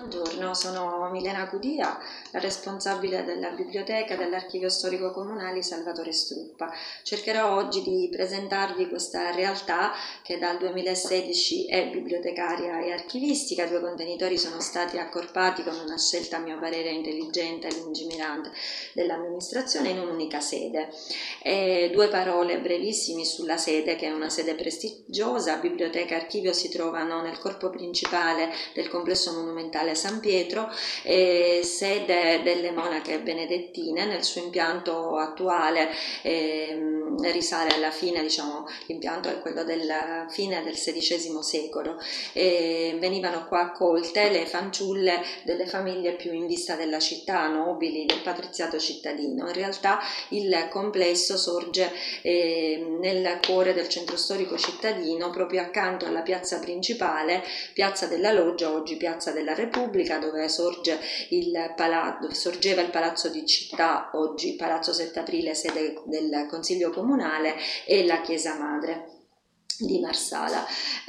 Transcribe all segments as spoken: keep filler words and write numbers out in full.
Buongiorno, sono Milena Cudia, la responsabile della biblioteca dell'Archivio Storico Comunale Salvatore Struppa. Cercherò oggi di presentarvi questa realtà che dal duemilasedici è bibliotecaria e archivistica. Due contenitori sono stati accorpati con una scelta a mio parere intelligente e lungimirante dell'amministrazione in un'unica sede. E due parole brevissimi sulla sede, che è una sede prestigiosa. Biblioteca e archivio si trovano nel corpo principale del complesso monumentale San Pietro, eh, sede delle monache benedettine. Nel suo impianto attuale eh, risale alla fine, diciamo, l'impianto è quello della fine del sedicesimo secolo. Eh, venivano qua accolte le fanciulle delle famiglie più in vista della città, nobili, del patriziato cittadino. In realtà il complesso sorge eh, nel cuore del centro storico cittadino, proprio accanto alla piazza principale, piazza della Loggia, oggi piazza della Repubblica, dove sorge il palazzo, sorgeva il Palazzo di Città, oggi Palazzo sette Aprile, sede del Consiglio Comunale, e la Chiesa Madre di Marsala.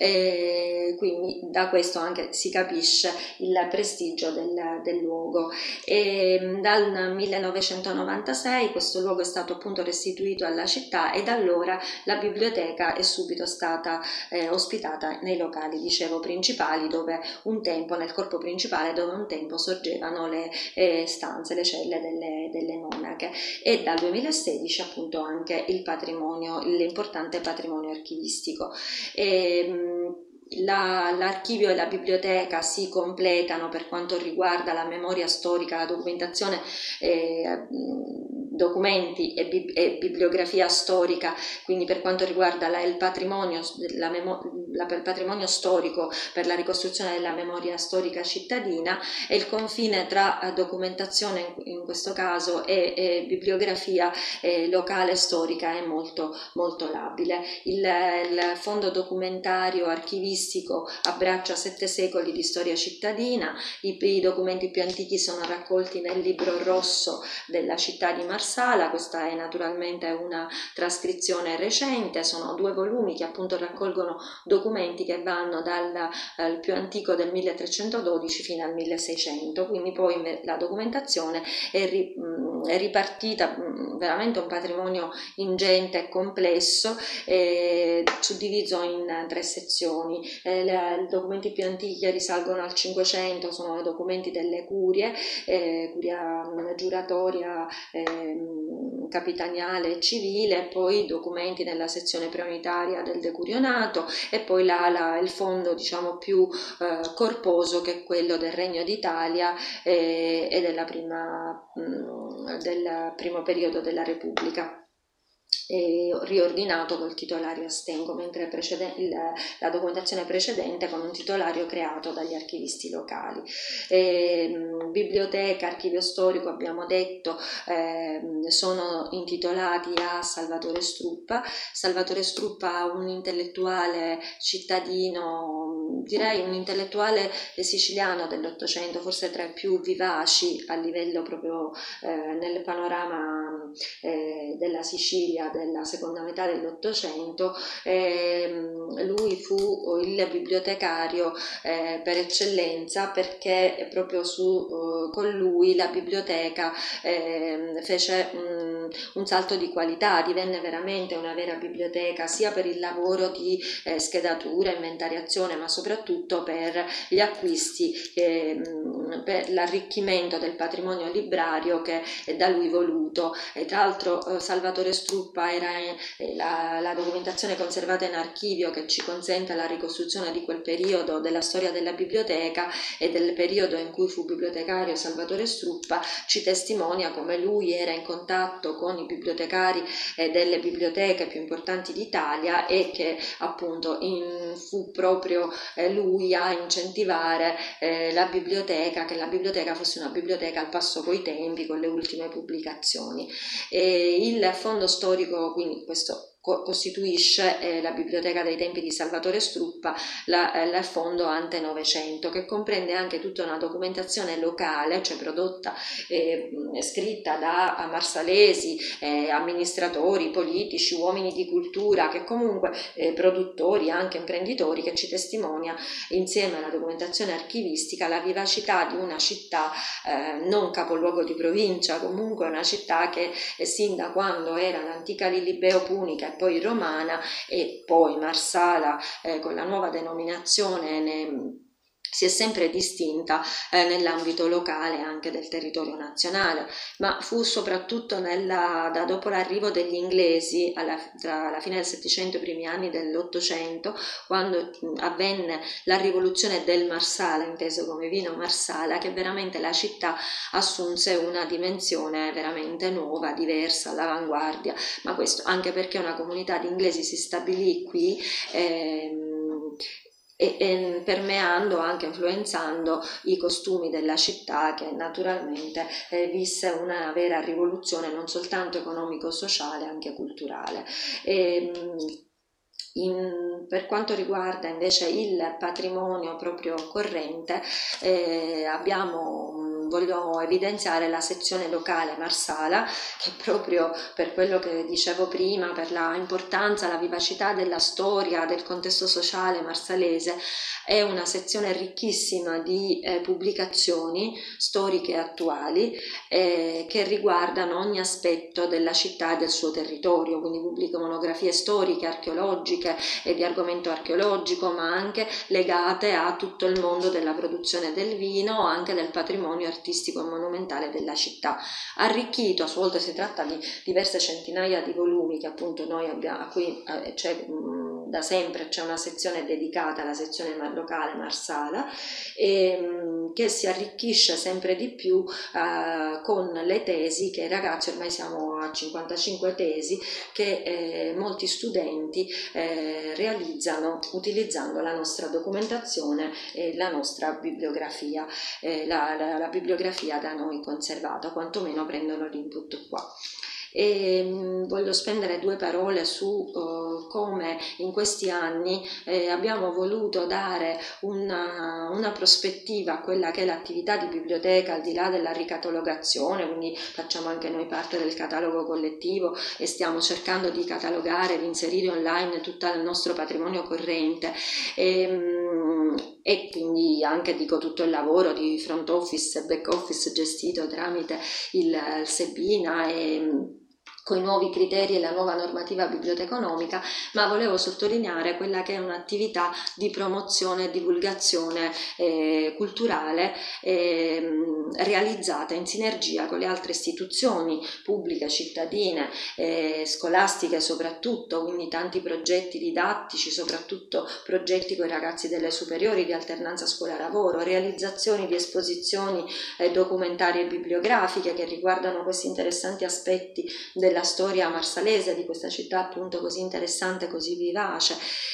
E quindi da questo anche si capisce il prestigio del, del luogo. E dal millenovecentonovantasei questo luogo è stato appunto restituito alla città, e da allora la biblioteca è subito stata eh, ospitata nei locali, dicevo, principali, dove un tempo, nel corpo principale, dove un tempo sorgevano le eh, stanze, le celle delle, delle monache, e dal duemilasedici appunto anche il patrimonio, l'importante patrimonio archivistico. E, La, l'archivio e la biblioteca si completano per quanto riguarda la memoria storica, la documentazione, eh, documenti e, bi- e bibliografia storica, quindi per quanto riguarda la, il patrimonio, la memo- la, il patrimonio storico per la ricostruzione della memoria storica cittadina, e il confine tra documentazione in, in questo caso e, e bibliografia eh, locale storica è molto, molto labile. Il, il fondo documentario archivistico abbraccia sette secoli di storia cittadina. I, i documenti più antichi sono raccolti nel libro rosso della città di Marsala. Questa è naturalmente una trascrizione recente, sono due volumi che appunto raccolgono documenti che vanno dal eh, più antico del milletrecentododici fino al milleseicento, quindi poi la documentazione è, ri, mh, è ripartita, mh, veramente un patrimonio ingente e complesso, eh, suddiviso in tre sezioni. Eh, le, i documenti più antichi risalgono al Cinquecento, sono i documenti delle curie, eh, curia mh, giuratoria, eh, capitaniale e civile, poi documenti nella sezione preunitaria del decurionato, e poi la, la, il fondo, diciamo, più eh, corposo, che è quello del Regno d'Italia eh, e della prima, mh, del primo periodo della Repubblica, riordinato col titolario a stengo, mentre precede, il, la documentazione precedente con un titolario creato dagli archivisti locali. E, biblioteca, archivio storico, abbiamo detto, eh, sono intitolati a Salvatore Struppa. Salvatore Struppa, un intellettuale cittadino, direi un intellettuale siciliano dell'Ottocento, forse tra i più vivaci a livello proprio eh, nel panorama eh, della Sicilia della seconda metà dell'Ottocento. Eh, lui fu il bibliotecario eh, per eccellenza, perché proprio su, eh, con lui la biblioteca eh, fece un, un salto di qualità, divenne veramente una vera biblioteca, sia per il lavoro di eh, schedatura, inventariazione, ma soprattutto per gli acquisti, eh, per l'arricchimento del patrimonio librario che è da lui voluto. E tra l'altro eh, Salvatore Struppa era eh, la, la documentazione conservata in archivio, che ci consente la ricostruzione di quel periodo della storia della biblioteca e del periodo in cui fu bibliotecario Salvatore Struppa, ci testimonia come lui era in contatto con i bibliotecari eh, delle biblioteche più importanti d'Italia, e che appunto in, fu proprio eh, lui a incentivare eh, la biblioteca, che la biblioteca fosse una biblioteca al passo coi tempi, con le ultime pubblicazioni. E il fondo storico, quindi questo costituisce eh, la biblioteca dei tempi di Salvatore Struppa, la, eh, il fondo Ante Novecento, che comprende anche tutta una documentazione locale, cioè prodotta eh, scritta da marsalesi, eh, amministratori, politici, uomini di cultura, che comunque eh, produttori, anche imprenditori, che ci testimonia insieme alla documentazione archivistica la vivacità di una città eh, non capoluogo di provincia, comunque una città che eh, sin da quando era l'antica Lilibeo punica e poi romana e poi Marsala eh, con la nuova denominazione ne si è sempre distinta eh, nell'ambito locale anche del territorio nazionale, ma fu soprattutto nella, da dopo l'arrivo degli inglesi alla, tra la fine del Settecento e i primi anni dell'Ottocento, quando avvenne la rivoluzione del Marsala, inteso come vino Marsala, che veramente la città assunse una dimensione veramente nuova, diversa, all'avanguardia, ma questo anche perché una comunità di inglesi si stabilì qui ehm, E, e permeando, anche influenzando i costumi della città, che naturalmente eh, visse una vera rivoluzione non soltanto economico-sociale, anche culturale. E, in, per quanto riguarda invece il patrimonio proprio corrente, eh, abbiamo voglio evidenziare la sezione locale Marsala, che proprio per quello che dicevo prima, per la importanza, la vivacità della storia, del contesto sociale marsalese, è una sezione ricchissima di eh, pubblicazioni storiche e attuali eh, che riguardano ogni aspetto della città e del suo territorio, quindi pubblica monografie storiche, archeologiche e di argomento archeologico, ma anche legate a tutto il mondo della produzione del vino, anche del patrimonio artistico e monumentale della città. Arricchito, a sua volta si tratta di diverse centinaia di volumi che appunto noi abbiamo, a cui eh, c'è mh, da sempre c'è una sezione dedicata alla sezione locale Marsala, e, mh, che si arricchisce sempre di più eh, con le tesi che i ragazzi, ormai siamo a cinquantacinque tesi, che eh, molti studenti eh, realizzano utilizzando la nostra documentazione e la nostra bibliografia, eh, la, la, la bibliografia da noi conservata, quantomeno prendono l'input qua. E mh, voglio spendere due parole su uh, come in questi anni eh, abbiamo voluto dare una, una prospettiva a quella che è l'attività di biblioteca, al di là della ricatalogazione, quindi facciamo anche noi parte del catalogo collettivo e stiamo cercando di catalogare, di inserire online tutto il nostro patrimonio corrente. E, mh, e quindi anche dico tutto il lavoro di front office e back office gestito tramite il, il Sebina e con i nuovi criteri e la nuova normativa biblioteconomica, ma volevo sottolineare quella che è un'attività di promozione e divulgazione eh, culturale eh, realizzata in sinergia con le altre istituzioni pubbliche, cittadine, eh, scolastiche soprattutto, quindi tanti progetti didattici, soprattutto progetti con i ragazzi delle superiori di alternanza scuola-lavoro, realizzazioni di esposizioni eh, documentarie e bibliografiche che riguardano questi interessanti aspetti della la storia marsalese, di questa città appunto così interessante, così vivace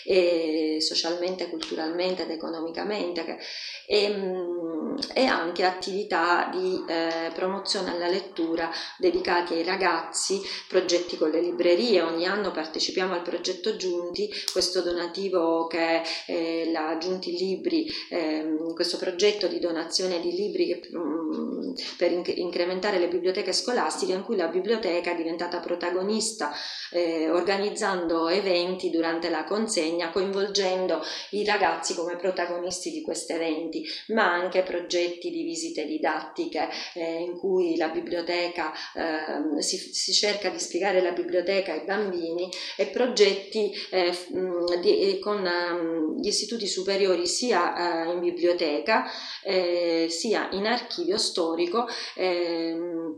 e socialmente, culturalmente ed economicamente, e, e anche attività di eh, promozione alla lettura dedicati ai ragazzi, progetti con le librerie. Ogni anno partecipiamo al progetto Giunti, questo donativo che eh, la Giunti Libri, eh, questo progetto di donazione di libri che, um, per inc- incrementare le biblioteche scolastiche, in cui la biblioteca è diventata protagonista eh, organizzando eventi durante la consegna, coinvolgendo i ragazzi come protagonisti di questi eventi, ma anche progetti di visite didattiche eh, in cui la biblioteca eh, si, si cerca di spiegare la biblioteca ai bambini, e progetti eh, di, con um, gli istituti superiori sia eh, in biblioteca eh, sia in archivio storico, eh,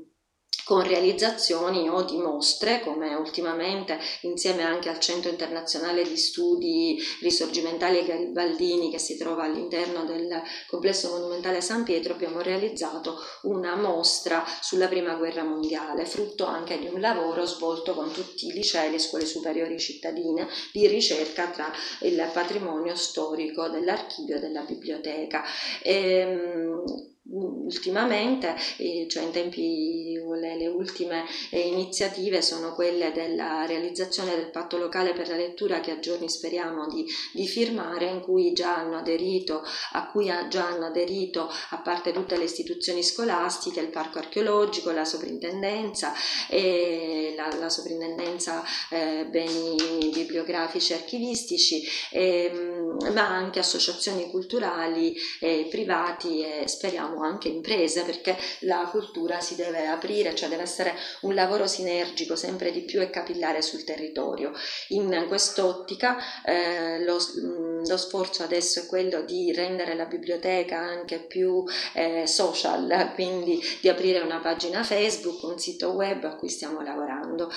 con realizzazioni o di mostre, come ultimamente insieme anche al Centro Internazionale di Studi Risorgimentali e Garibaldini, che si trova all'interno del complesso monumentale San Pietro, abbiamo realizzato una mostra sulla Prima Guerra Mondiale, frutto anche di un lavoro svolto con tutti i licei e scuole superiori cittadine di ricerca tra il patrimonio storico dell'archivio e della biblioteca. E, ultimamente, cioè in tempi le, le ultime eh, iniziative sono quelle della realizzazione del patto locale per la lettura, che a giorni speriamo di, di firmare, in cui già hanno aderito, a cui già hanno aderito, a parte tutte le istituzioni scolastiche, il parco archeologico, la soprintendenza e la, la soprintendenza eh, beni bibliografici e archivistici, eh, ma anche associazioni culturali, eh, privati e speriamo anche imprese, perché la cultura si deve aprire, cioè deve essere un lavoro sinergico sempre di più e capillare sul territorio. In quest'ottica eh, lo, lo sforzo adesso è quello di rendere la biblioteca anche più eh, social, quindi di aprire una pagina Facebook, un sito web a cui stiamo lavorando,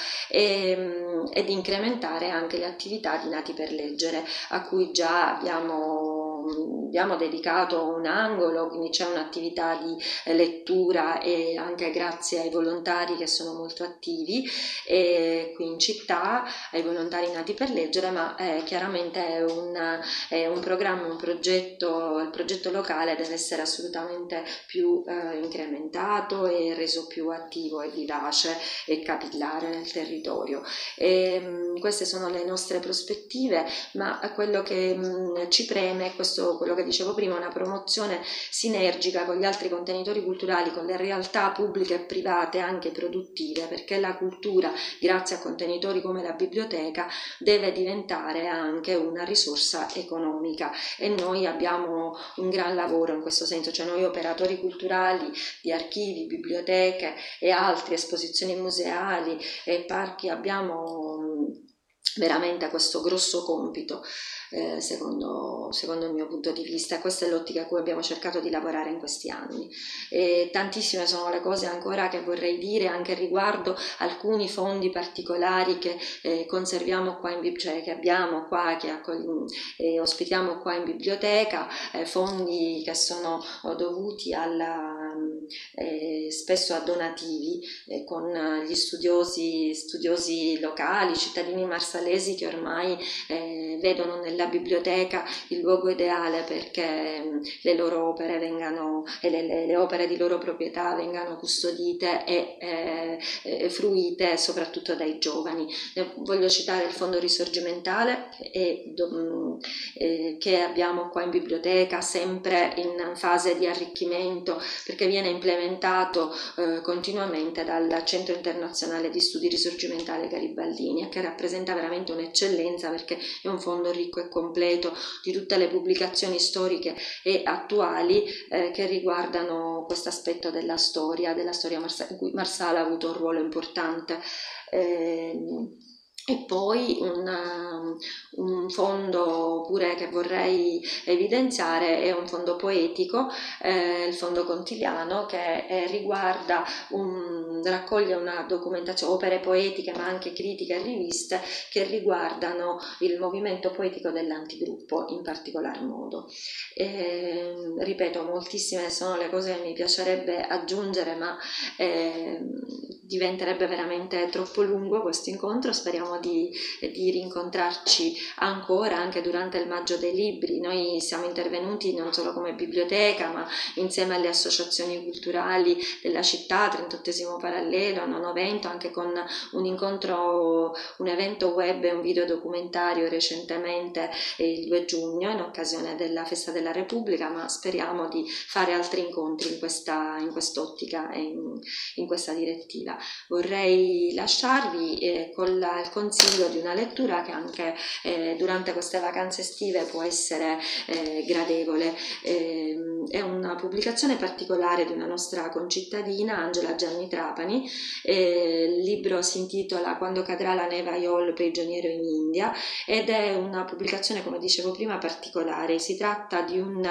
e, e di incrementare anche le attività di Nati per Leggere, a cui già abbiamo, abbiamo dedicato un angolo, quindi c'è un'attività di lettura e anche grazie ai volontari che sono molto attivi e qui in città, ai volontari Nati per Leggere, ma eh, chiaramente è un, è un programma, un progetto, il progetto locale deve essere assolutamente più eh, incrementato e reso più attivo e vivace e capillare nel territorio. E, mh, queste sono le nostre prospettive, ma quello che mh, ci preme è questo, quello che dicevo prima, una promozione sinergica con gli altri contenitori culturali, con le realtà pubbliche e private anche produttive, perché la cultura, grazie a contenitori come la biblioteca, deve diventare anche una risorsa economica, e noi abbiamo un gran lavoro in questo senso, cioè noi operatori culturali di archivi, biblioteche e altre esposizioni museali e parchi abbiamo veramente questo grosso compito. Eh, secondo, secondo il mio punto di vista, questa è l'ottica a cui abbiamo cercato di lavorare in questi anni. E tantissime sono le cose ancora che vorrei dire anche riguardo alcuni fondi particolari che eh, conserviamo qua in cioè che abbiamo qua, che eh, ospitiamo qua in biblioteca, eh, fondi che sono dovuti alla, eh, spesso a donativi eh, con gli studiosi, studiosi locali, cittadini marsalesi che ormai eh, vedono nella la biblioteca il luogo ideale perché le loro opere vengano e le, le, le opere di loro proprietà vengano custodite e eh, eh, fruite soprattutto dai giovani. Eh, voglio citare il Fondo Risorgimentale eh, do, eh, che abbiamo qua in biblioteca, sempre in fase di arricchimento, perché viene implementato eh, continuamente dal Centro Internazionale di Studi Risorgimentali Garibaldini, che rappresenta veramente un'eccellenza perché è un fondo ricco e completo di tutte le pubblicazioni storiche e attuali eh, che riguardano questo aspetto della storia, della storia Marsala, in cui Marsala ha avuto un ruolo importante. Eh, E poi un, un fondo pure che vorrei evidenziare è un fondo poetico, eh, il fondo Contigliano, che eh, riguarda un, raccoglie una documentazione, opere poetiche ma anche critiche e riviste che riguardano il movimento poetico dell'antigruppo in particolar modo. E, ripeto, moltissime sono le cose che mi piacerebbe aggiungere, ma eh, diventerebbe veramente troppo lungo questo incontro. Speriamo Di, di rincontrarci ancora anche durante il Maggio dei Libri. Noi siamo intervenuti non solo come biblioteca, ma insieme alle associazioni culturali della città, trentottesimo Parallelo, nono evento, anche con un incontro, un evento web e un video documentario recentemente il due giugno in occasione della Festa della Repubblica, ma speriamo di fare altri incontri in questa in quest'ottica e in, in questa direttiva. Vorrei lasciarvi eh, con la, il consiglio di una lettura che anche eh, durante queste vacanze estive può essere eh, gradevole. Eh, è una pubblicazione particolare di una nostra concittadina, Angela Gianni Trapani. Eh, il libro si intitola Quando cadrà la neve a Yol, prigioniero in India, ed è una pubblicazione, come dicevo prima, particolare. Si tratta di un,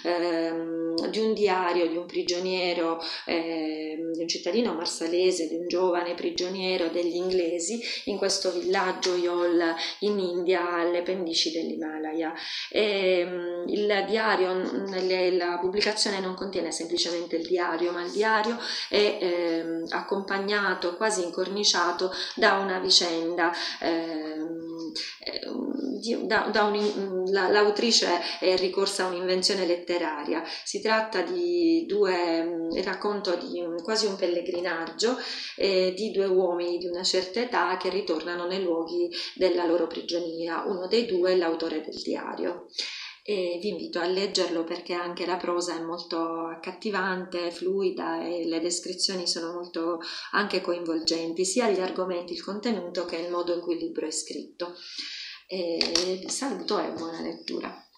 ehm, di un diario di un prigioniero, eh, di un cittadino marsalese, di un giovane prigioniero degli inglesi in questo villaggio Yol in India, alle pendici dell'Himalaya. E, um, il diario, le, la pubblicazione non contiene semplicemente il diario, ma il diario è eh, accompagnato, quasi incorniciato da una vicenda, eh, da, da, un, l'autrice è ricorsa a un'invenzione letteraria. Si tratta di due, il racconto di quasi un pellegrinaggio eh, di due uomini di una certa età che ritornano nei luoghi della loro prigionia. Uno dei due è l'autore del diario. E vi invito a leggerlo perché anche la prosa è molto accattivante, fluida e le descrizioni sono molto anche coinvolgenti, sia gli argomenti, il contenuto che il modo in cui il libro è scritto. E saluto e buona lettura.